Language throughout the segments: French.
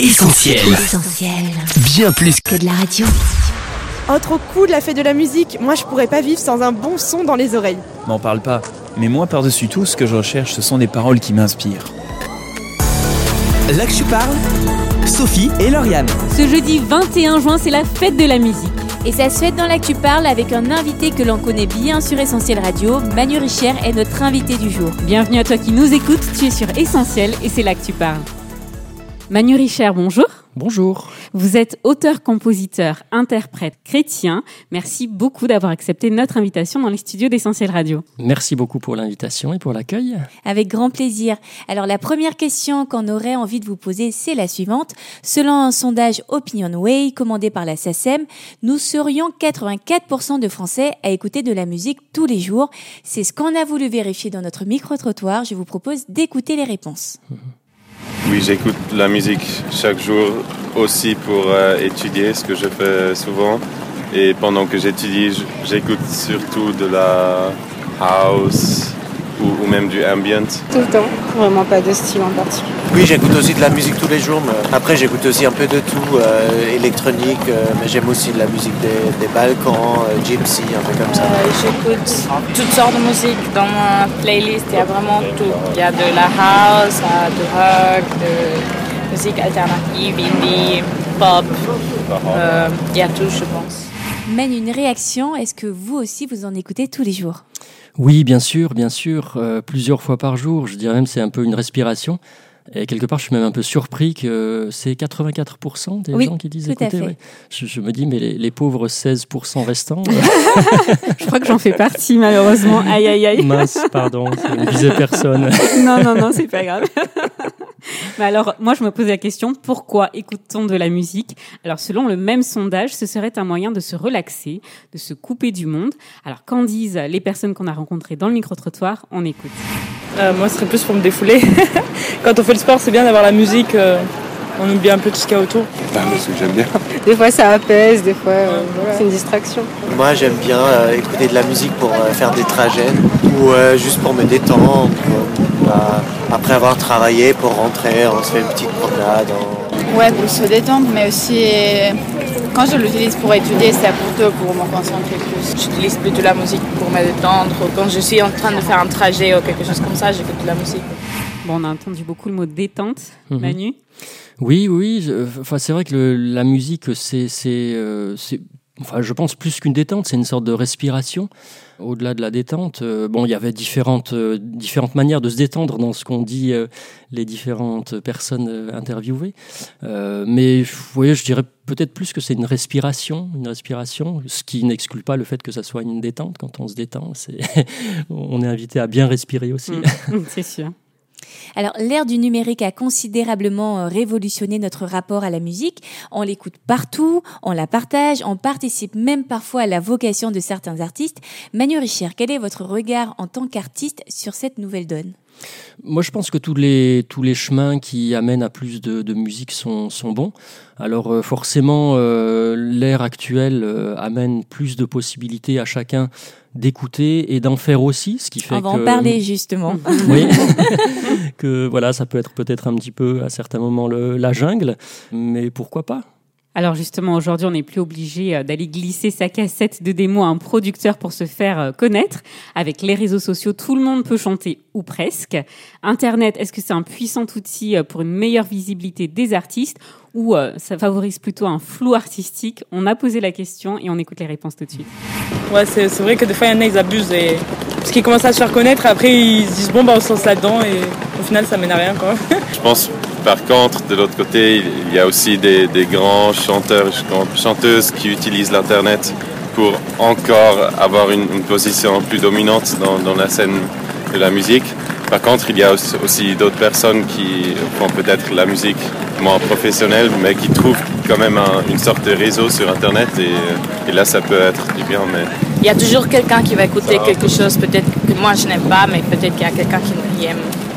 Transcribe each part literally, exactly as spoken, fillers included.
Essentiel. Essentiel. Bien plus que de la radio. Oh, trop cool la fête de la musique. Moi, je pourrais pas vivre sans un bon son dans les oreilles. M'en parle pas. Mais moi, par-dessus tout, ce que je recherche, ce sont des paroles qui m'inspirent. Là que tu parles, Sophie et Lauriane. Ce jeudi vingt et un juin, c'est la fête de la musique. Et ça se fait dans Là que tu parles avec un invité que l'on connaît bien sur Essentiel Radio. Manu Richer est notre invité du jour. Bienvenue à toi qui nous écoutes, tu es sur Essentiel et c'est là que tu parles. Manu Richer, bonjour. Bonjour. Vous êtes auteur, compositeur, interprète chrétien. Merci beaucoup d'avoir accepté notre invitation dans les studios d'Essentiel Radio. Merci beaucoup pour l'invitation et pour l'accueil. Avec grand plaisir. Alors la première question qu'on aurait envie de vous poser, c'est la suivante. Selon un sondage OpinionWay commandé par la S A C E M, nous serions quatre-vingt-quatre pour cent de Français à écouter de la musique tous les jours. C'est ce qu'on a voulu vérifier dans notre micro-trottoir. Je vous propose d'écouter les réponses. Mmh. Oui, j'écoute la musique chaque jour aussi pour euh, étudier, ce que je fais souvent. Et pendant que j'étudie, j'écoute surtout de la house ou, ou même du ambient. Tout le temps, vraiment pas de style en particulier. Oui, j'écoute aussi de la musique tous les jours. Mais après, j'écoute aussi un peu de tout, euh, électronique, euh, mais j'aime aussi de la musique des, des Balkans, euh, gypsy, un peu comme ça. Euh, j'écoute toutes sortes de musique dans ma playlist. Il y a vraiment tout. Il y a de la house, du rock, de musique alternative, indie, pop. Euh, il y a tout, je pense. Mène une réaction. Est-ce que vous aussi, vous en écoutez tous les jours ? Oui, bien sûr, bien sûr. Euh, plusieurs fois par jour. Je dirais même c'est un peu une respiration. Et quelque part, je suis même un peu surpris que c'est quatre-vingt-quatre pour cent des oui, gens qui disent tout écouter. À fait. Ouais. Je, je me dis, mais les, les pauvres seize pour cent restants. Je crois que j'en fais partie, malheureusement. Aïe, aïe, aïe. Mince, pardon, ça ne visait personne. Non, non, non, c'est pas grave. Mais alors, moi, je me pose la question, pourquoi écoute-t-on de la musique ? Alors, selon le même sondage, ce serait un moyen de se relaxer, de se couper du monde. Alors, qu'en disent les personnes qu'on a rencontrées dans le micro-trottoir ? On écoute. Euh, moi, ce serait plus pour me défouler. Quand on fait le sport, c'est bien d'avoir la musique. Euh, on oublie un peu tout ce qu'il y a autour. Bah, parce que j'aime bien. Des fois, ça apaise, des fois, euh, voilà. C'est une distraction. Moi, j'aime bien euh, écouter de la musique pour euh, faire des trajets ou euh, juste pour me détendre. Pour, bah, après avoir travaillé, pour rentrer, on se fait une petite promenade. On... Ouais, pour se détendre, mais aussi... Quand je l'utilise pour étudier, c'est plutôt pour me concentrer plus. J'utilise plutôt la musique pour me détendre. Quand je suis en train de faire un trajet ou quelque chose comme ça, j'écoute de la musique. Bon, on a entendu beaucoup le mot détente, mmh. Manu. Oui, oui. Je, enfin, c'est vrai que le, la musique, c'est, c'est, euh, c'est, enfin, je pense plus qu'une détente, c'est une sorte de respiration. Au-delà de la détente, euh, bon, il y avait différentes, euh, différentes manières de se détendre dans ce qu'ont dit euh, les différentes personnes euh, interviewées. Euh, mais vous voyez, je dirais peut-être plus que c'est une respiration, une respiration, ce qui n'exclut pas le fait que ça soit une détente. Quand on se détend, c'est on est invité à bien respirer aussi. Mmh, c'est sûr. Alors, l'ère du numérique a considérablement révolutionné notre rapport à la musique. On l'écoute partout, on la partage, on participe même parfois à la vocation de certains artistes. Manu Richer, quel est votre regard en tant qu'artiste sur cette nouvelle donne ? Moi, je pense que tous les, tous les chemins qui amènent à plus de, de musique sont, sont bons. Alors, euh, forcément, euh, l'ère actuelle euh, amène plus de possibilités à chacun d'écouter et d'en faire aussi, ce qui fait On va que... en parler, justement. Oui, que voilà, ça peut être peut-être un petit peu, à certains moments, le, la jungle, mais pourquoi pas ? Alors justement, aujourd'hui, on n'est plus obligé d'aller glisser sa cassette de démo à un producteur pour se faire connaître. Avec les réseaux sociaux, tout le monde peut chanter, ou presque. Internet, est-ce que c'est un puissant outil pour une meilleure visibilité des artistes ou ça favorise plutôt un flou artistique ? On a posé la question et on écoute les réponses tout de suite. Ouais, c'est, c'est vrai que des fois, il y en a, ils abusent. Et... Parce qu'ils commencent à se faire connaître, et après, ils se disent bon, bah, on se lance là-dedans, et au final, ça mène à rien, quoi. Je pense... Par contre, de l'autre côté, il y a aussi des, des grands chanteurs, chanteuses qui utilisent l'Internet pour encore avoir une, une position plus dominante dans, dans la scène de la musique. Par contre, il y a aussi, aussi d'autres personnes qui font peut-être la musique moins professionnelle, mais qui trouvent quand même un, une sorte de réseau sur Internet. Et, et là, ça peut être du bien. Mais... Il y a toujours quelqu'un qui va écouter quelque chose, peut-être que moi je n'aime pas, mais peut-être qu'il y a quelqu'un qui aime.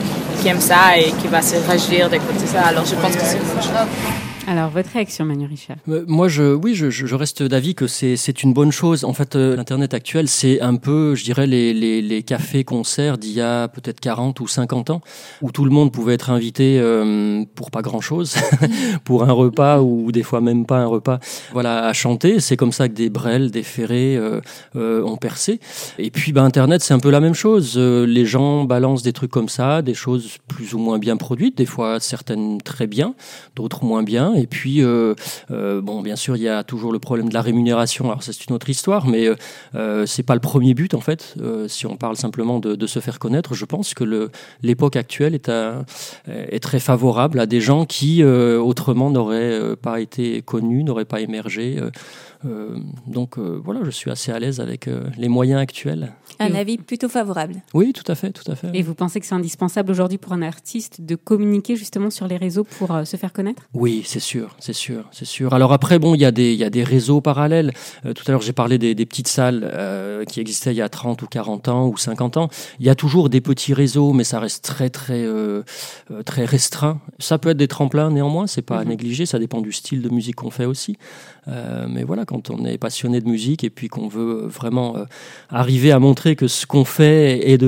qui aime ça et qui va se réjouir d'écouter ça. Alors je pense que c'est une bonne chose. Alors, votre réaction, Manu Richard? Euh, Moi, je, oui, je, je reste d'avis que c'est, c'est une bonne chose. En fait, euh, l'Internet actuel, c'est un peu, je dirais, les, les, les cafés-concerts d'il y a peut-être quarante ou cinquante ans, où tout le monde pouvait être invité euh, pour pas grand-chose, pour un repas ou des fois même pas un repas, voilà, à chanter. C'est comme ça que des Brel, des Ferré euh, euh, ont percé. Et puis, bah, Internet, c'est un peu la même chose. Euh, les gens balancent des trucs comme ça, des choses plus ou moins bien produites, des fois certaines très bien, d'autres moins bien. Et puis, euh, euh, bon, bien sûr, il y a toujours le problème de la rémunération. Alors, ça, c'est une autre histoire, mais euh, c'est pas le premier but, en fait. Euh, si on parle simplement de, de se faire connaître, je pense que le, l'époque actuelle est, à, est très favorable à des gens qui, euh, autrement, n'auraient pas été connus, n'auraient pas émergé. Euh, euh, donc, euh, voilà, je suis assez à l'aise avec euh, les moyens actuels. Un avis plutôt favorable. Oui, tout à fait, tout à fait. Et vous pensez que c'est indispensable aujourd'hui pour un artiste de communiquer justement sur les réseaux pour euh, se faire connaître? Oui, c'est sûr, c'est sûr, c'est sûr. Alors après, bon, il y a des, il y a des réseaux parallèles. Euh, tout à l'heure, j'ai parlé des, des petites salles euh, qui existaient il y a trente ou quarante ans ou cinquante ans. Il y a toujours des petits réseaux, mais ça reste très, très, euh, très restreint. Ça peut être des tremplins, néanmoins, c'est pas mm-hmm. à négliger. Ça dépend du style de musique qu'on fait aussi. Euh, mais voilà, quand on est passionné de musique et puis qu'on veut vraiment euh, arriver à montrer que ce qu'on fait est de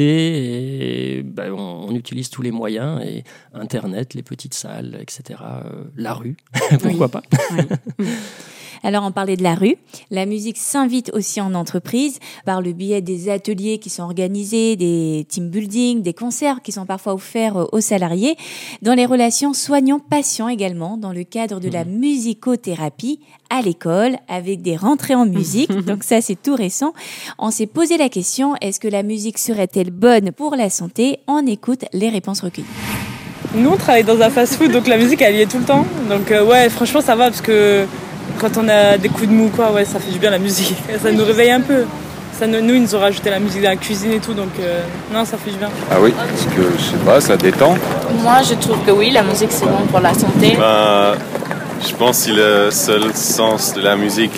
qualité, et, ben, on, on utilise tous les moyens, et Internet, les petites salles, et cetera, euh, la rue, pourquoi oui. pas. Oui. Alors, on parlait de la rue. La musique s'invite aussi en entreprise par le biais des ateliers qui sont organisés, des team building, des concerts qui sont parfois offerts aux salariés, dans les relations soignants-patients également, dans le cadre de la musicothérapie à l'école, avec des rentrées en musique. Donc ça, c'est tout récent. On s'est posé la question, est-ce que la musique serait-elle bonne pour la santé? On écoute les réponses recueillies. Nous, on travaille dans un fast-food, donc la musique, elle y est tout le temps. Donc euh, ouais, franchement, ça va, parce que quand on a des coups de mou, quoi, ouais, ça fait du bien la musique. Ça nous réveille un peu. Ça, nous, ils nous ont rajouté la musique dans la cuisine et tout, donc euh, non, ça fait du bien. Ah oui, parce que je sais pas, ça détend. Moi, je trouve que oui, la musique c'est bon pour la santé. Ben, je pense que le seul sens de la musique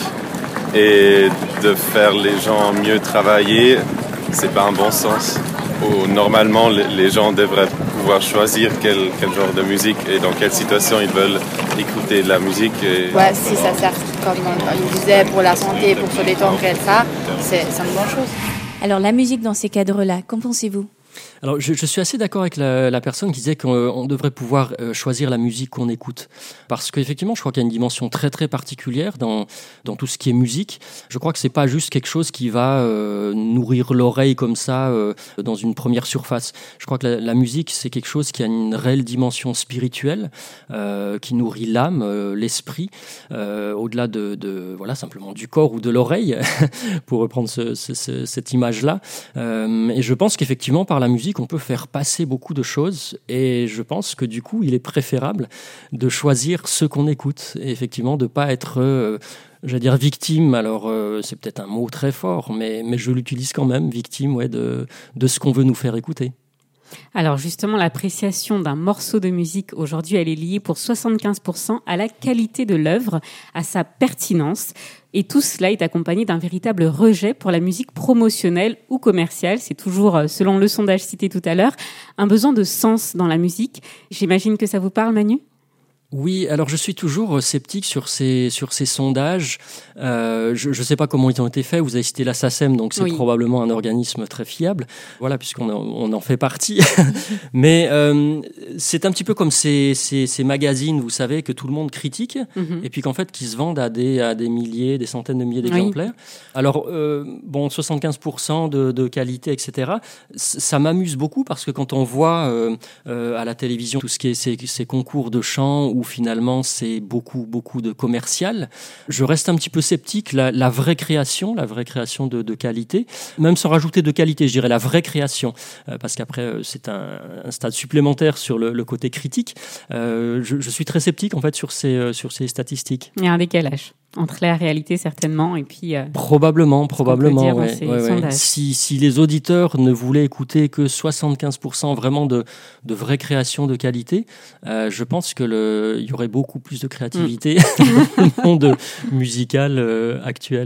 est de faire les gens mieux travailler. C'est pas un bon sens. Où, normalement, les gens devraient pouvoir choisir quel, quel genre de musique et dans quelle situation ils veulent écouter de la musique. Et... Ouais, si ça sert, comme il disait, pour la santé, pour se détendre et ça, c'est, c'est une bonne chose. Alors, la musique dans ces cadres-là, qu'en pensez-vous ? Alors, je, je suis assez d'accord avec la, la personne qui disait qu'on devrait pouvoir euh, choisir la musique qu'on écoute. Parce qu'effectivement, je crois qu'il y a une dimension très, très particulière dans, dans tout ce qui est musique. Je crois que c'est pas juste quelque chose qui va euh, nourrir l'oreille comme ça euh, dans une première surface. Je crois que la, la musique, c'est quelque chose qui a une réelle dimension spirituelle, euh, qui nourrit l'âme, euh, l'esprit, euh, au-delà de, de, voilà, simplement du corps ou de l'oreille, pour reprendre ce, ce, ce, cette image-là. Euh, et je pense qu'effectivement, par la musique, on peut faire passer beaucoup de choses, et je pense que du coup il est préférable de choisir ce qu'on écoute, et effectivement de ne pas être euh, j'allais dire victime, alors euh, c'est peut-être un mot très fort, mais, mais je l'utilise quand même, victime, ouais, de, de ce qu'on veut nous faire écouter. Alors justement, l'appréciation d'un morceau de musique aujourd'hui, elle est liée pour soixante-quinze pour cent à la qualité de l'œuvre, à sa pertinence. Et tout cela est accompagné d'un véritable rejet pour la musique promotionnelle ou commerciale. C'est toujours, selon le sondage cité tout à l'heure, un besoin de sens dans la musique. J'imagine que ça vous parle, Manu ? Oui, alors je suis toujours sceptique sur ces sur ces sondages. Euh, je ne sais pas comment ils ont été faits. Vous avez cité la SACEM, donc c'est oui. probablement un organisme très fiable. Voilà, puisqu'on en, on en fait partie. Mais euh, c'est un petit peu comme ces, ces ces magazines, vous savez, que tout le monde critique, mm-hmm. et puis qu'en fait qui se vendent à des à des milliers, des centaines de milliers d'exemplaires. Oui. Alors euh, bon, soixante-quinze pour cent de, de qualité, et cetera. Ça m'amuse beaucoup parce que quand on voit euh, euh, à la télévision tout ce qui est ces, ces concours de chant où finalement c'est beaucoup beaucoup de commercial, je reste un petit peu sceptique. La, la vraie création, la vraie création de, de qualité, même sans rajouter de qualité, je dirais la vraie création, euh, parce qu'après euh, c'est un, un stade supplémentaire sur le, le côté critique. Euh, je, je suis très sceptique en fait sur ces euh, sur ces statistiques. Il y a un décalage entre la réalité certainement et puis euh, probablement probablement ouais, ouais, ouais. si si les auditeurs ne voulaient écouter que soixante-quinze pour cent vraiment de de vraies créations de qualité, euh, je pense que le il y aurait beaucoup plus de créativité mm. dans le monde musical euh, actuel. Ouais.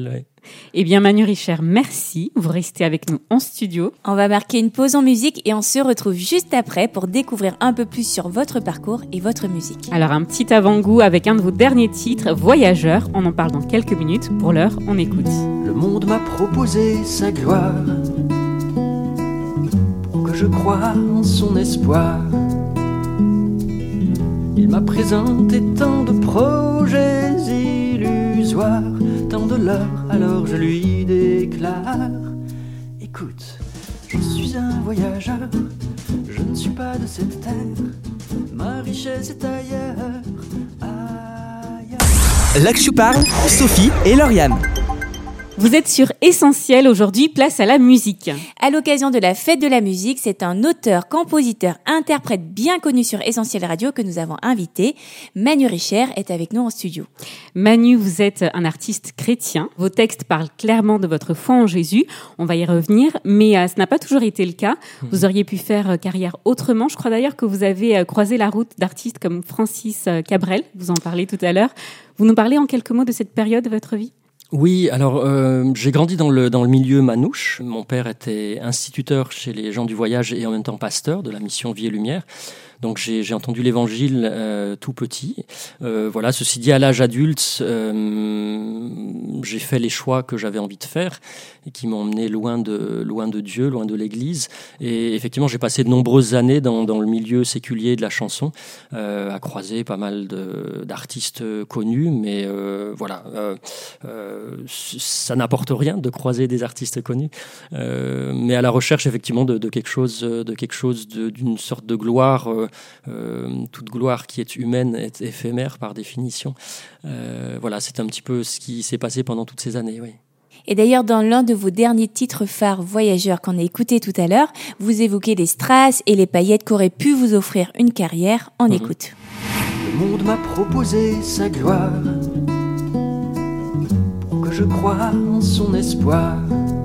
Eh bien, Manu Richer, merci. Vous restez avec nous en studio. On va marquer une pause en musique et on se retrouve juste après pour découvrir un peu plus sur votre parcours et votre musique. Alors, un petit avant-goût avec un de vos derniers titres, Voyageur. On en parle dans quelques minutes. Pour l'heure, on écoute. Le monde m'a proposé sa gloire pour que je croie en son espoir. Il m'a présenté tant de projets illusoires, tant de leurres, alors je lui déclare: écoute, je suis un voyageur, je ne suis pas de cette terre, ma richesse est ailleurs, ailleurs. Là que je parle, Sophie et Lauriane. Vous êtes sur Essentiel aujourd'hui, place à la musique. À l'occasion de la fête de la musique, c'est un auteur, compositeur, interprète bien connu sur Essentiel Radio que nous avons invité. Manu Richer est avec nous en studio. Manu, vous êtes un artiste chrétien. Vos textes parlent clairement de votre foi en Jésus. On va y revenir, mais euh, ce n'a pas toujours été le cas. Mmh. Vous auriez pu faire euh, carrière autrement. Je crois d'ailleurs que vous avez euh, croisé la route d'artistes comme Francis euh, Cabrel. Vous en parlez tout à l'heure. Vous nous parlez en quelques mots de cette période de votre vie ? Oui, alors euh, j'ai grandi dans le dans le milieu manouche. Mon père était instituteur chez les gens du voyage et en même temps pasteur de la mission Vie et Lumière. Donc j'ai, j'ai entendu l'évangile euh, tout petit. Euh, voilà. Ceci dit, à l'âge adulte, euh, j'ai fait les choix que j'avais envie de faire et qui m'ont emmené loin de loin de Dieu, loin de l'Église. Et effectivement, j'ai passé de nombreuses années dans dans le milieu séculier de la chanson, euh, à croiser pas mal de d'artistes connus. Mais euh, voilà, euh, euh, ça n'apporte rien de croiser des artistes connus. Euh, mais à la recherche effectivement de, de quelque chose, de quelque chose de, d'une sorte de gloire. Euh, Euh, toute gloire qui est humaine est éphémère par définition. Euh, voilà, c'est un petit peu ce qui s'est passé pendant toutes ces années, oui. Et d'ailleurs, dans l'un de vos derniers titres phares, Voyageurs, qu'on a écouté tout à l'heure, vous évoquez les strass et les paillettes qu'auraient pu vous offrir une carrière. On mmh. écoute. Le monde m'a proposé sa gloire pour que je croie en son espoir.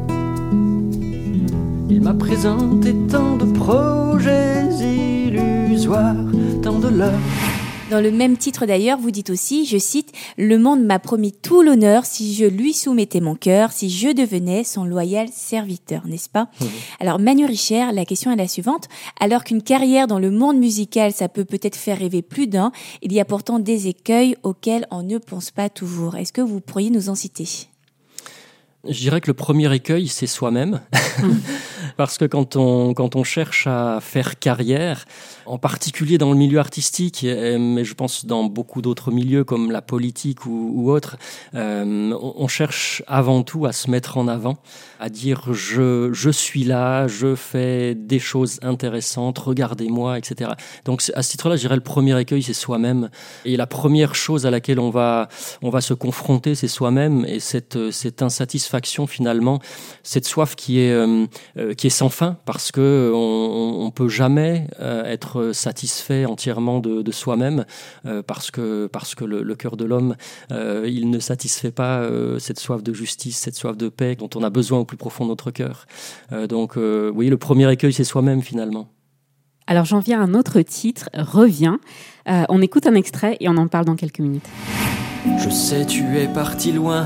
Il m'a présenté tant de projets illusoires, tant de leurres. Dans le même titre d'ailleurs, vous dites aussi, je cite, « Le monde m'a promis tout l'honneur si je lui soumettais mon cœur, si je devenais son loyal serviteur, n'est-ce pas ?» mmh. Alors Manu Richer, la question est la suivante. Alors qu'une carrière dans le monde musical, ça peut peut-être faire rêver plus d'un, il y a pourtant des écueils auxquels on ne pense pas toujours. Est-ce que vous pourriez nous en citer ? Je dirais que le premier écueil, c'est soi-même. Parce que quand on, quand on cherche à faire carrière, en particulier dans le milieu artistique, mais je pense dans beaucoup d'autres milieux comme la politique ou, ou autre, euh, on cherche avant tout à se mettre en avant, à dire je, je suis là, je fais des choses intéressantes, regardez-moi, et cetera. Donc à ce titre-là, je dirais le premier écueil, c'est soi-même. Et la première chose à laquelle on va, on va se confronter, c'est soi-même. Et cette, cette insatisfaction finalement, cette soif qui est, euh, qui est sans fin, parce que on, on peut jamais euh, être satisfait entièrement de, de soi-même, euh, parce que parce que le, le cœur de l'homme, euh, il ne satisfait pas euh, cette soif de justice, cette soif de paix dont on a besoin au plus profond de notre cœur. Euh, donc euh, oui, le premier écueil, c'est soi-même finalement. Alors j'en viens à un autre titre, Reviens. Euh, on écoute un extrait et on en parle dans quelques minutes. Je sais, tu es parti loin,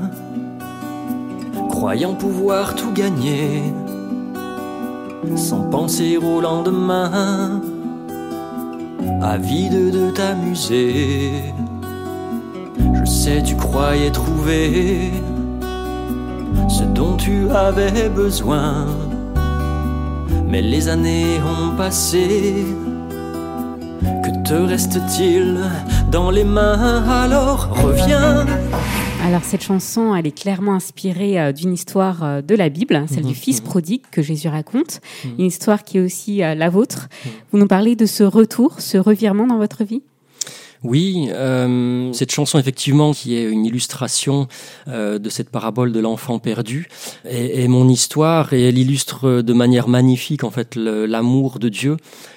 croyant pouvoir tout gagner, sans penser au lendemain, avide de t'amuser. Je sais, tu croyais trouver ce dont tu avais besoin, mais les années ont passé. Que te reste-t-il dans les mains? Alors reviens. Alors cette chanson, elle est clairement inspirée euh, d'une histoire euh, de la Bible, celle mmh, du fils mmh. prodigue que Jésus raconte, mmh. une histoire qui est aussi euh, la vôtre. Mmh. Vous nous parlez de ce retour, ce revirement dans votre vie ? Oui, euh, cette chanson effectivement qui est une illustration euh, de cette parabole de l'enfant perdu est, est mon histoire, et elle illustre de manière magnifique en fait le, l'amour de Dieu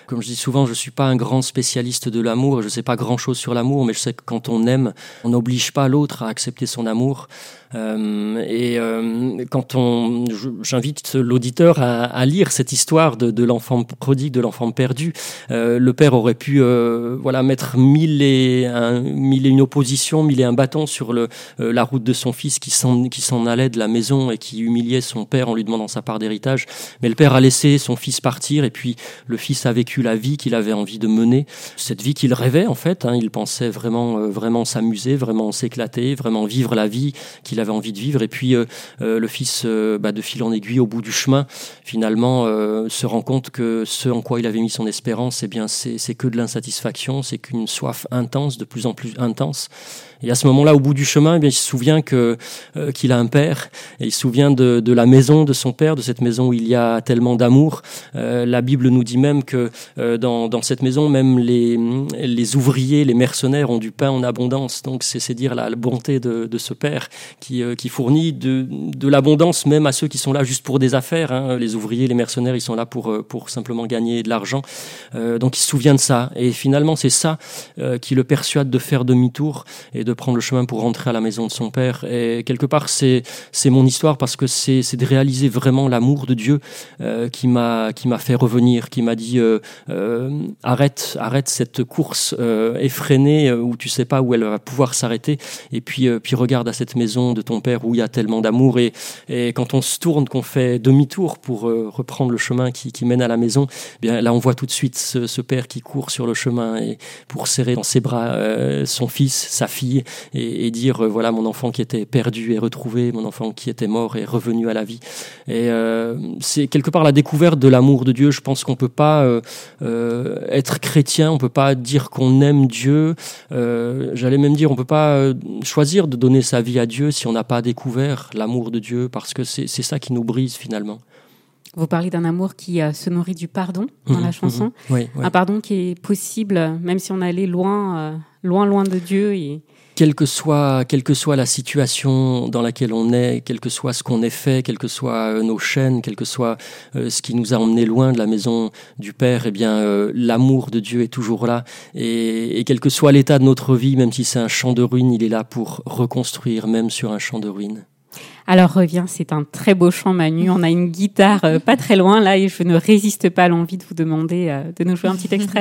Comme je dis souvent, je suis pas un grand spécialiste de l'amour, je sais pas grand-chose sur l'amour, mais je sais que quand on aime, on n'oblige pas l'autre à accepter son amour. Euh, et euh, quand on, j'invite l'auditeur à, à lire cette histoire de, de l'enfant prodigue, de l'enfant perdu. Euh, le père aurait pu, euh, voilà, mettre mille et, un, mille et une oppositions, mille et un bâtons sur le, euh, la route de son fils qui s'en, qui s'en allait de la maison et qui humiliait son père en lui demandant sa part d'héritage. Mais le père a laissé son fils partir et puis le fils a vécu la vie qu'il avait envie de mener, cette vie qu'il rêvait en fait. Hein, il pensait vraiment, euh, vraiment s'amuser, vraiment s'éclater, vraiment vivre la vie qu'il avait envie de vivre. Et puis euh, euh, le fils, euh, bah, de fil en aiguille, au bout du chemin, finalement, euh, se rend compte que ce en quoi il avait mis son espérance, eh bien, c'est, c'est que de l'insatisfaction, c'est qu'une soif intense, de plus en plus intense. Et à ce moment-là, au bout du chemin, eh bien, il se souvient que, euh, qu'il a un père, et il se souvient de, de la maison de son père, de cette maison où il y a tellement d'amour. Euh, la Bible nous dit même que euh, dans, dans cette maison, même les, les ouvriers, les mercenaires ont du pain en abondance. Donc c'est, c'est dire la, la bonté de, de ce père qui, euh, qui fournit de, de l'abondance même à ceux qui sont là juste pour des affaires. Hein. Les ouvriers, les mercenaires, ils sont là pour, pour simplement gagner de l'argent. Euh, donc il se souvient de ça. Et finalement, c'est ça euh, qui le persuade de faire demi-tour et de prendre le chemin pour rentrer à la maison de son père. Et quelque part, c'est, c'est mon histoire parce que c'est, c'est de réaliser vraiment l'amour de Dieu euh, qui m'a, qui m'a fait revenir, qui m'a dit euh, euh, arrête, arrête cette course euh, effrénée euh, où tu sais pas où elle va pouvoir s'arrêter. Et puis, euh, puis regarde à cette maison de ton père où il y a tellement d'amour. Et, et quand on se tourne, qu'on fait demi-tour pour euh, reprendre le chemin qui, qui mène à la maison, eh bien là, on voit tout de suite ce, ce père qui court sur le chemin et pour serrer dans ses bras euh, son fils, sa fille. Et, et dire euh, voilà mon enfant qui était perdu est retrouvé, mon enfant qui était mort est revenu à la vie. Et euh, c'est quelque part la découverte de l'amour de Dieu. Je pense qu'on peut pas euh, euh, être chrétien, on peut pas dire qu'on aime Dieu. Euh, j'allais même dire on peut pas euh, choisir de donner sa vie à Dieu si on n'a pas découvert l'amour de Dieu, parce que c'est, c'est ça qui nous brise finalement. Vous parlez d'un amour qui euh, se nourrit du pardon dans mmh, la chanson. Mmh, oui, oui. Un pardon qui est possible même si on allait loin, euh, loin, loin de Dieu. Et... Quelle que soit, quelle que soit la situation dans laquelle on est, quel que soit ce qu'on ait fait, quelles que soient nos chaînes, quel que soit euh, ce qui nous a emmenés loin de la maison du Père, eh bien, euh, l'amour de Dieu est toujours là. Et, et quel que soit l'état de notre vie, même si c'est un champ de ruines, il est là pour reconstruire, même sur un champ de ruines. Alors reviens, c'est un très beau chant, Manu. On a une guitare euh, pas très loin là et je ne résiste pas à l'envie de vous demander euh, de nous jouer un petit extrait.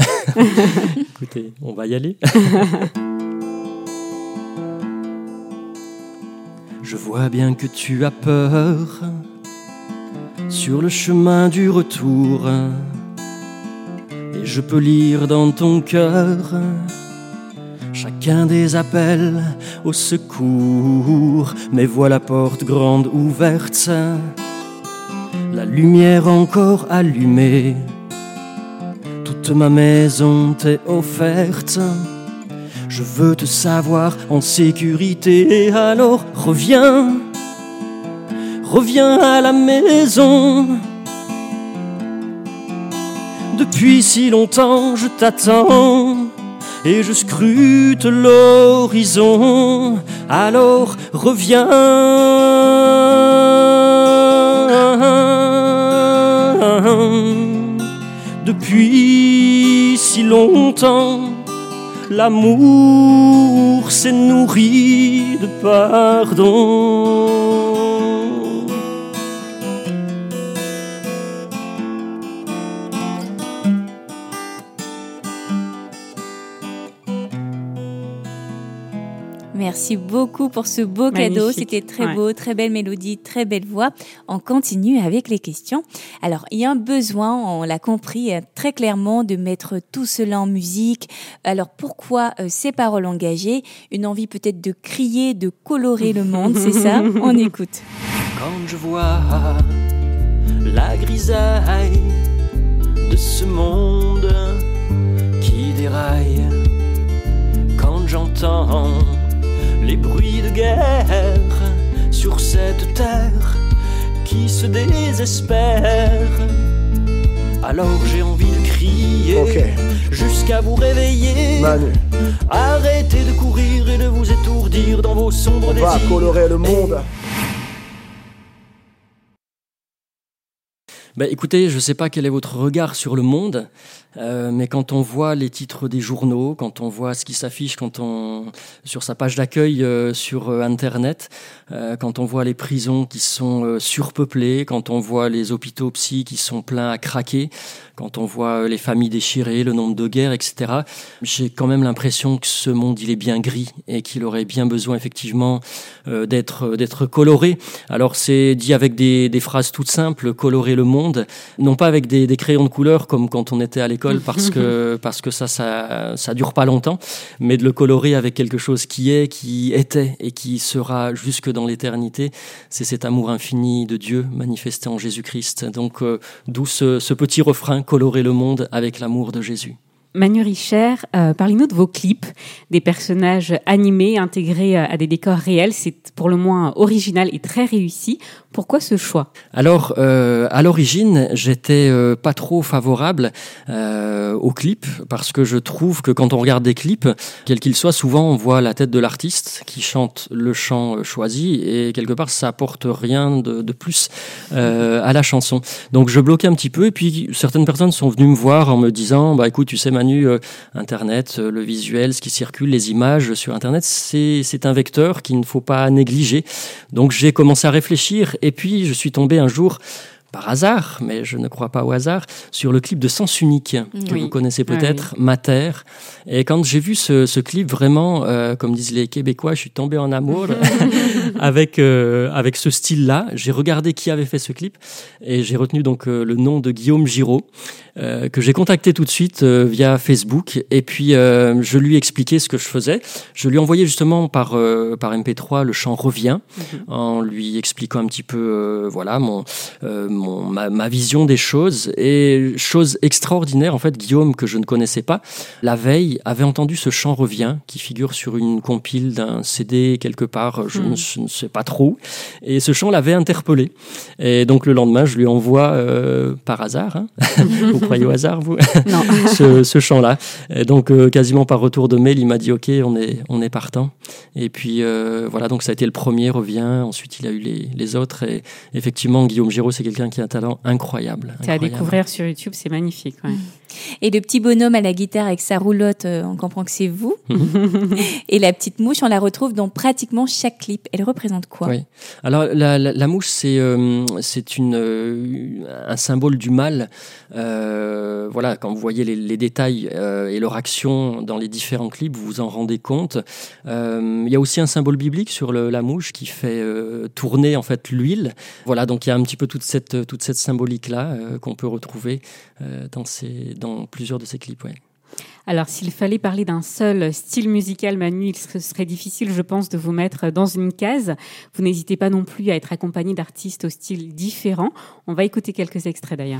Écoutez, on va y aller. Je vois bien que tu as peur sur le chemin du retour, et je peux lire dans ton cœur chacun des appels au secours. Mais vois la porte grande ouverte, la lumière encore allumée, toute ma maison t'est offerte. Je veux te savoir en sécurité, alors reviens, reviens à la maison. Depuis si longtemps je t'attends et je scrute l'horizon, alors reviens. Depuis si longtemps l'amour s'est nourri de pardon. Merci beaucoup pour ce beau Magnifique. Cadeau. C'était très ouais. beau, très belle mélodie, très belle voix. On continue avec les questions. Alors, il y a un besoin, on l'a compris très clairement, de mettre tout cela en musique. Alors, pourquoi euh, ces paroles engagées ? Une envie peut-être de crier, de colorer le monde, c'est ça ? On écoute. Quand je vois la grisaille de ce monde qui déraille, quand j'entends les bruits de guerre sur cette terre qui se désespère, alors j'ai envie de crier okay. jusqu'à vous réveiller. Manu. Arrêtez de courir et de vous étourdir dans vos sombres désirs. On va colorer le monde. Ben, écoutez, je ne sais pas quel est votre regard sur le monde, euh, mais quand on voit les titres des journaux, quand on voit ce qui s'affiche quand on, sur sa page d'accueil euh, sur euh, Internet, euh, quand on voit les prisons qui sont euh, surpeuplées, quand on voit les hôpitaux psy qui sont pleins à craquer, quand on voit les familles déchirées, le nombre de guerres, et cetera, j'ai quand même l'impression que ce monde, il est bien gris et qu'il aurait bien besoin effectivement euh, d'être, d'être coloré. Alors c'est dit avec des, des phrases toutes simples, colorer le monde, non pas avec des, des crayons de couleur comme quand on était à l'école parce que, parce que ça, ça, ça dure pas longtemps, mais de le colorer avec quelque chose qui est, qui était et qui sera jusque dans l'éternité. C'est cet amour infini de Dieu manifesté en Jésus-Christ. Donc euh, d'où ce, ce petit refrain, colorer le monde avec l'amour de Jésus. Manu Richer, euh, parlez-nous de vos clips, des personnages animés intégrés à des décors réels. C'est pour le moins original et très réussi. Pourquoi ce choix ? Alors, euh, à l'origine, j'étais euh, pas trop favorable euh, aux clips parce que je trouve que quand on regarde des clips, quels qu'ils soient, souvent on voit la tête de l'artiste qui chante le chant choisi et quelque part ça apporte rien de, de plus euh, à la chanson. Donc je bloquais un petit peu et puis certaines personnes sont venues me voir en me disant bah écoute, tu sais Manu, euh, Internet, euh, le visuel, ce qui circule, les images sur Internet, c'est c'est un vecteur qu'il ne faut pas négliger. Donc j'ai commencé à réfléchir. Et puis, je suis tombé un jour, par hasard, mais je ne crois pas au hasard, sur le clip de Sens Unique, que oui. vous connaissez peut-être, ah, oui. Mater. Et quand j'ai vu ce, ce clip, vraiment, euh, comme disent les Québécois, je suis tombé en amour avec, euh, avec ce style-là. J'ai regardé qui avait fait ce clip et j'ai retenu donc euh, le nom de Guillaume Giraud, euh, que j'ai contacté tout de suite euh, via Facebook. Et puis, euh, je lui ai expliqué ce que je faisais. Je lui ai envoyé justement par, euh, par M P trois le chant Revient, mm-hmm. en lui expliquant un petit peu euh, voilà, mon, euh, mon, ma, ma vision des choses. Et chose extraordinaire, en fait, Guillaume, que je ne connaissais pas, la veille, avait entendu ce chant Revient qui figure sur une compile d'un C D quelque part, je, mm. ne, je ne sais pas trop. Et ce chant l'avait interpellé. Et donc, le lendemain, je lui envoie, euh, par hasard, hein, vous croyez au hasard, vous ? Non. ce, ce chant-là. Et donc, euh, quasiment par retour de mail, il m'a dit « Ok, on est, on est partant ». Et puis, euh, voilà, donc ça a été le premier, Revient. Ensuite, il a eu les, les autres. Et effectivement, Guillaume Giraud, c'est quelqu'un qui a un talent incroyable. C'est à découvrir sur YouTube, c'est magnifique. Ouais. Et le petit bonhomme à la guitare avec sa roulotte, euh, on comprend que c'est vous. Et la petite mouche, on la retrouve dans pratiquement chaque clip. Elle représente quoi ? Oui. Alors, la, la, la mouche, c'est, euh, c'est une, euh, un symbole du mal. Euh, voilà, quand vous voyez les, les détails euh, et leur action dans les différents clips, vous vous en rendez compte. Euh, il y a aussi un symbole biblique sur le, la mouche qui fait euh, tourner en fait l'huile. Voilà, donc il y a un petit peu toute cette, toute cette symbolique-là euh, qu'on peut retrouver euh, dans, ces, dans plusieurs de ces clips. Ouais. Alors, s'il fallait parler d'un seul style musical, Manu, il serait difficile, je pense, de vous mettre dans une case. Vous n'hésitez pas non plus à être accompagné d'artistes au style différent. On va écouter quelques extraits d'ailleurs.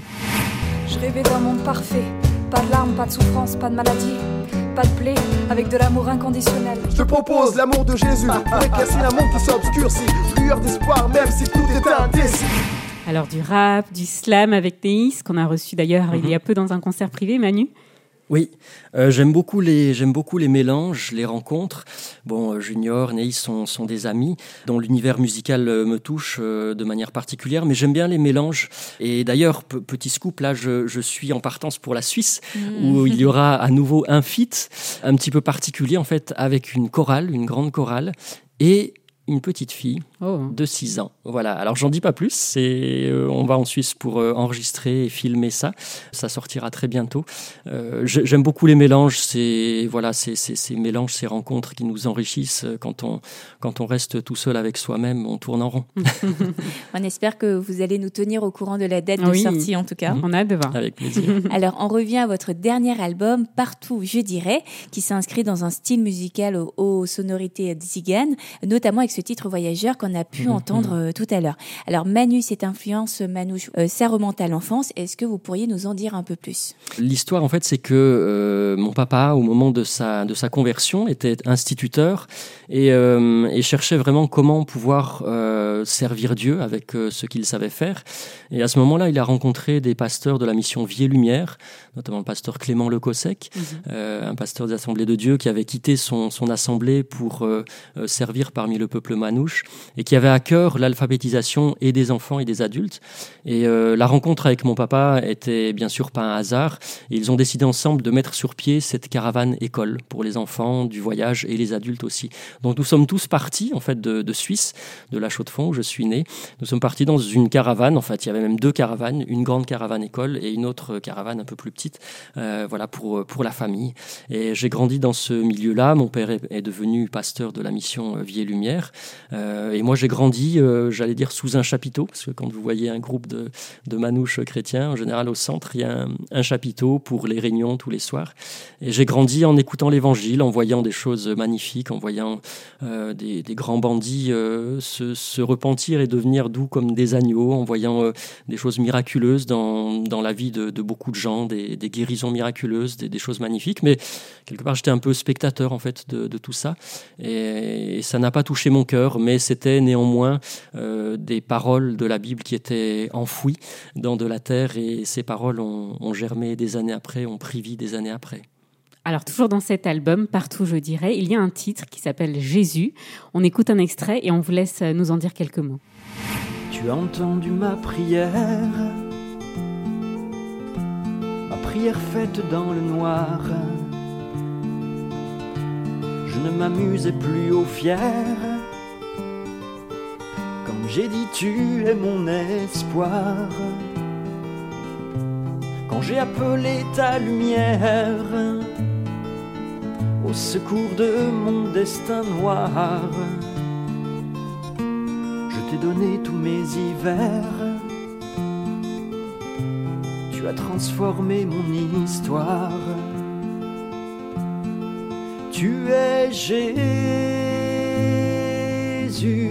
Je rêvais d'un monde parfait, pas de larmes, pas de souffrance, pas de maladie, pas de plaie, avec de l'amour inconditionnel. Je te propose l'amour de Jésus, pour éclaircir un monde qui s'obscurcit, lueur d'espoir même si tout est indécis. Alors du rap, du slam avec Neis, qu'on a reçu d'ailleurs mm-hmm. il y a peu dans un concert privé, Manu. Oui, euh, j'aime beaucoup les j'aime beaucoup les mélanges, les rencontres. Bon, Junior, Neis sont sont des amis dont l'univers musical euh, me touche euh, de manière particulière, mais j'aime bien les mélanges. Et d'ailleurs, p- petit scoop, là, je je suis en partance pour la Suisse mmh. où il y aura à nouveau un feat un petit peu particulier en fait avec une chorale, une grande chorale et une petite fille oh. de six ans. Voilà. Alors, j'en dis pas plus. C'est, euh, on va en Suisse pour euh, enregistrer et filmer ça. Ça sortira très bientôt. Euh, j'aime beaucoup les mélanges. C'est, voilà, c'est, c'est, ces mélanges, ces rencontres qui nous enrichissent. Quand on, quand on reste tout seul avec soi-même, on tourne en rond. On espère que vous allez nous tenir au courant de la date oui. de sortie, en tout cas. Mmh. On a hâte de voir. Avec plaisir. Alors, on revient à votre dernier album, Partout, je dirais, qui s'inscrit dans un style musical aux, aux sonorités tziganes, notamment avec ce titre voyageur qu'on a pu mmh, entendre mmh. Euh, tout à l'heure. Alors Manu, cette influence Manouche, euh, ça remonte à l'enfance. Est-ce que vous pourriez nous en dire un peu plus ? L'histoire en fait, c'est que euh, mon papa, au moment de sa de sa conversion, était instituteur et, euh, et cherchait vraiment comment pouvoir euh, servir Dieu avec euh, ce qu'il savait faire. Et à ce moment-là, il a rencontré des pasteurs de la mission Vie et Lumière, notamment le pasteur Clément Lecossec, mmh. euh, un pasteur des Assemblées de Dieu qui avait quitté son son assemblée pour euh, servir parmi le peuple peuple manouche, et qui avait à cœur l'alphabétisation et des enfants et des adultes. Et euh, la rencontre avec mon papa était bien sûr pas un hasard. Et ils ont décidé ensemble de mettre sur pied cette caravane école pour les enfants du voyage et les adultes aussi. Donc nous sommes tous partis en fait de, de Suisse, de La Chaux-de-Fonds où je suis né. Nous sommes partis dans une caravane. En fait, il y avait même deux caravanes, une grande caravane école et une autre caravane un peu plus petite. Euh, voilà pour pour la famille. Et j'ai grandi dans ce milieu-là. Mon père est, est devenu pasteur de la mission Vie et Lumière. Euh, et moi, j'ai grandi, euh, j'allais dire sous un chapiteau, parce que quand vous voyez un groupe de de manouches chrétiens, en général au centre, il y a un, un chapiteau pour les réunions tous les soirs. Et j'ai grandi en écoutant l'Évangile, en voyant des choses magnifiques, en voyant euh, des, des grands bandits euh, se, se repentir et devenir doux comme des agneaux, en voyant euh, des choses miraculeuses dans, dans la vie de, de beaucoup de gens, des, des guérisons miraculeuses, des, des choses magnifiques. Mais quelque part, j'étais un peu spectateur en fait de, de tout ça. Et, et ça n'a pas touché mon cœur, mais c'était néanmoins euh, des paroles de la Bible qui étaient enfouies dans de la terre. Et ces paroles ont, ont germé des années après, ont pris vie des années après. Alors, toujours dans cet album, Partout je dirais, il y a un titre qui s'appelle Jésus. On écoute un extrait et on vous laisse nous en dire quelques mots. Tu as entendu ma prière, ma prière faite dans le noir. Je ne m'amusais plus au fier. Comme j'ai dit, tu es mon espoir. Quand j'ai appelé ta lumière au secours de mon destin noir, je t'ai donné tous mes hivers. Tu as transformé mon histoire. Tu es Jésus.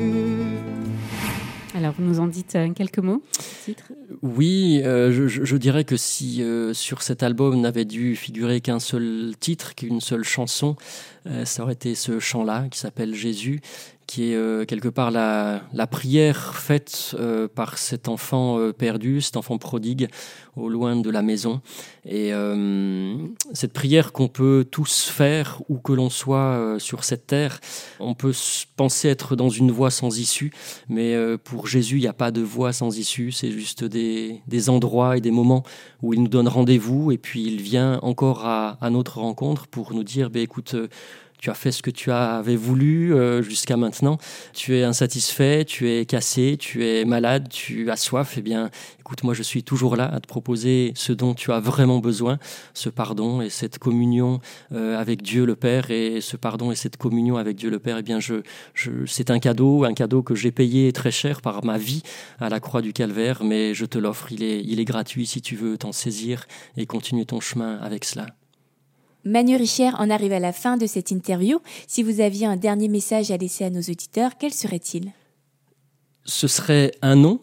Alors, vous nous en dites quelques mots, titre ? Oui, euh, je, je dirais que si euh, sur cet album n'avait dû figurer qu'un seul titre, qu'une seule chanson, euh, ça aurait été ce chant-là qui s'appelle Jésus, qui est euh, quelque part la, la prière faite euh, par cet enfant euh, perdu, cet enfant prodigue au loin de la maison. Et euh, cette prière qu'on peut tous faire, où que l'on soit euh, sur cette terre, on peut penser être dans une voie sans issue, mais euh, pour Jésus, il n'y a pas de voie sans issue, c'est juste des, des endroits et des moments où il nous donne rendez-vous, et puis il vient encore à, à notre rencontre pour nous dire, bah, écoute, euh, tu as fait ce que tu avais voulu euh, jusqu'à maintenant. Tu es insatisfait, tu es cassé, tu es malade, tu as soif. Eh bien, écoute, moi, je suis toujours là à te proposer ce dont tu as vraiment besoin, ce pardon et cette communion euh, avec Dieu le Père. Et ce pardon et cette communion avec Dieu le Père, eh bien, je, je, c'est un cadeau, un cadeau que j'ai payé très cher par ma vie à la croix du Calvaire, mais je te l'offre. Il est, il est gratuit si tu veux t'en saisir et continuer ton chemin avec cela. Manu Richer, on arrive à la fin de cette interview. Si vous aviez un dernier message à laisser à nos auditeurs, quel serait-il ? Ce serait un nom,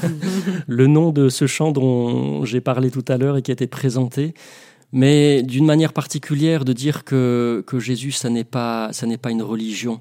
le nom de ce chant dont j'ai parlé tout à l'heure et qui a été présenté, mais d'une manière particulière de dire que, que Jésus, ça n'est pas, ça n'est pas une religion.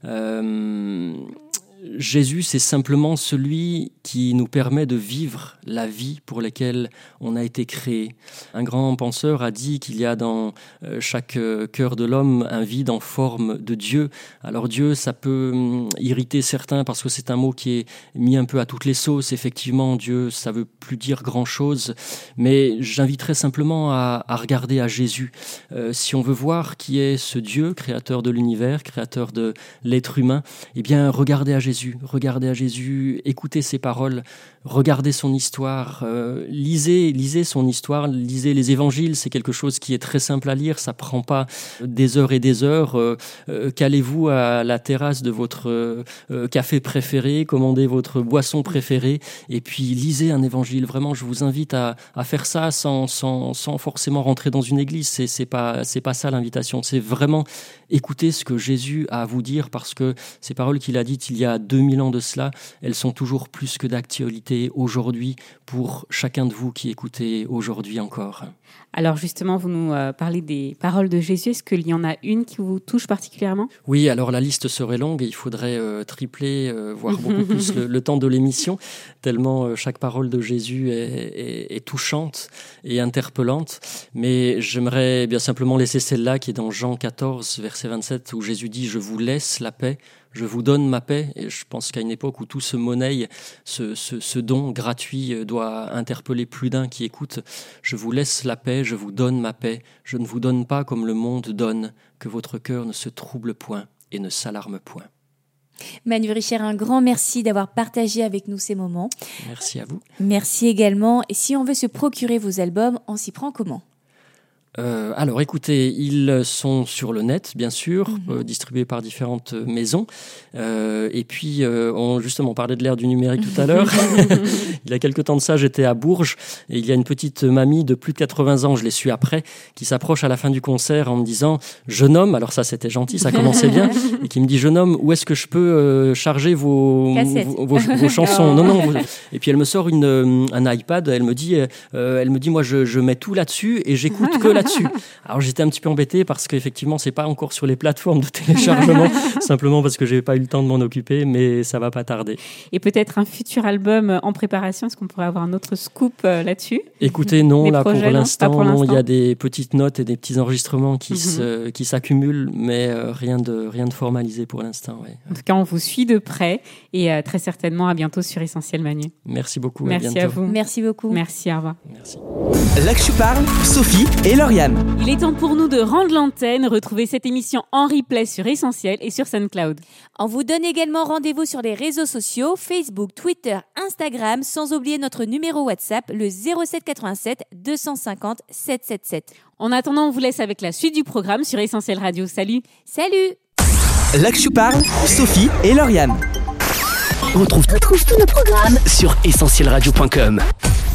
Euh, Jésus, c'est simplement celui qui nous permet de vivre la vie pour laquelle on a été créé. Un grand penseur a dit qu'il y a dans chaque cœur de l'homme un vide en forme de Dieu. Alors Dieu, ça peut irriter certains parce que c'est un mot qui est mis un peu à toutes les sauces. Effectivement, Dieu, ça veut plus dire grand-chose. Mais j'inviterais simplement à, à regarder à Jésus. Euh, si on veut voir qui est ce Dieu, créateur de l'univers, créateur de l'être humain, eh bien, regardez à Jésus. Jésus, regardez à Jésus, écoutez ses paroles, regardez son histoire, euh, lisez, lisez son histoire, lisez les évangiles, c'est quelque chose qui est très simple à lire, ça prend pas des heures et des heures. Euh, euh, calez-vous à la terrasse de votre euh, café préféré, commandez votre boisson préférée et puis lisez un évangile. Vraiment, je vous invite à, à faire ça sans, sans, sans forcément rentrer dans une église. C'est, c'est pas, c'est pas ça l'invitation. C'est vraiment écouter ce que Jésus a à vous dire parce que ces paroles qu'il a dites il y a deux mille ans de cela, elles sont toujours plus que d'actualité aujourd'hui pour chacun de vous qui écoutez aujourd'hui encore. Alors justement, vous nous euh, parlez des paroles de Jésus. Est-ce qu'il y en a une qui vous touche particulièrement ? Oui, alors la liste serait longue et il faudrait euh, tripler, euh, voire beaucoup plus le, le temps de l'émission, tellement euh, chaque parole de Jésus est, est, est touchante et interpellante. Mais j'aimerais bien simplement laisser celle-là qui est dans Jean quatorze, verset vingt-sept, où Jésus dit « Je vous laisse la paix ». Je vous donne ma paix, et je pense qu'à une époque où tout se monnaie, ce, ce, ce don gratuit doit interpeller plus d'un qui écoute. Je vous laisse la paix, je vous donne ma paix, je ne vous donne pas comme le monde donne, que votre cœur ne se trouble point et ne s'alarme point. Manu Richer, un grand merci d'avoir partagé avec nous ces moments. Merci à vous. Merci également. Et si on veut se procurer vos albums, on s'y prend comment ? Euh, alors écoutez, ils sont sur le net, bien sûr, mm-hmm. euh, distribués par différentes maisons. Euh, et puis, euh, on justement on parlait de l'ère du numérique tout à l'heure. Il y a quelques temps de ça, j'étais à Bourges et il y a une petite mamie de plus de quatre-vingts ans, je l'ai su après, qui s'approche à la fin du concert en me disant « Jeune homme », alors ça c'était gentil, ça commençait bien, et qui me dit « Jeune homme, où est-ce que je peux euh, charger vos, vos, vos, vos chansons ?» Non, non. Vous... Et puis elle me sort une, un iPad, elle me dit, euh, elle me dit « Moi, je, je mets tout là-dessus et j'écoute que là-dessus. » Alors j'étais un petit peu embêté parce qu'effectivement c'est pas encore sur les plateformes de téléchargement, simplement parce que j'ai pas eu le temps de m'en occuper, mais ça va pas tarder. Et peut-être un futur album en préparation, est-ce qu'on pourrait avoir un autre scoop euh, là-dessus ? Écoutez, non, Des là projets, pour non l'instant, pour non, l'instant. il y a des petites notes et des petits enregistrements qui, Mm-hmm. se, qui s'accumulent, mais euh, rien, de, rien de formalisé pour l'instant. Ouais. En tout cas, on vous suit de près et euh, très certainement à bientôt sur Essentiel Manu. Merci beaucoup. Merci à, bientôt. à vous. Merci beaucoup. Merci, au revoir. Merci. Là que je parle, Sophie et Lauriane. Il est temps pour nous de rendre l'antenne. Retrouvez cette émission en replay sur Essentiel et sur SoundCloud. On vous donne également rendez-vous sur les réseaux sociaux, Facebook, Twitter, Instagram, sans oublier notre numéro WhatsApp, le zéro sept quatre-vingt-sept deux cent cinquante sept cent soixante-dix-sept. En attendant, on vous laisse avec la suite du programme sur Essentiel Radio. Salut. Salut. Là que je parle, Sophie et Lauriane. On retrouve, retrouve tous nos programmes sur essentiel radio point com.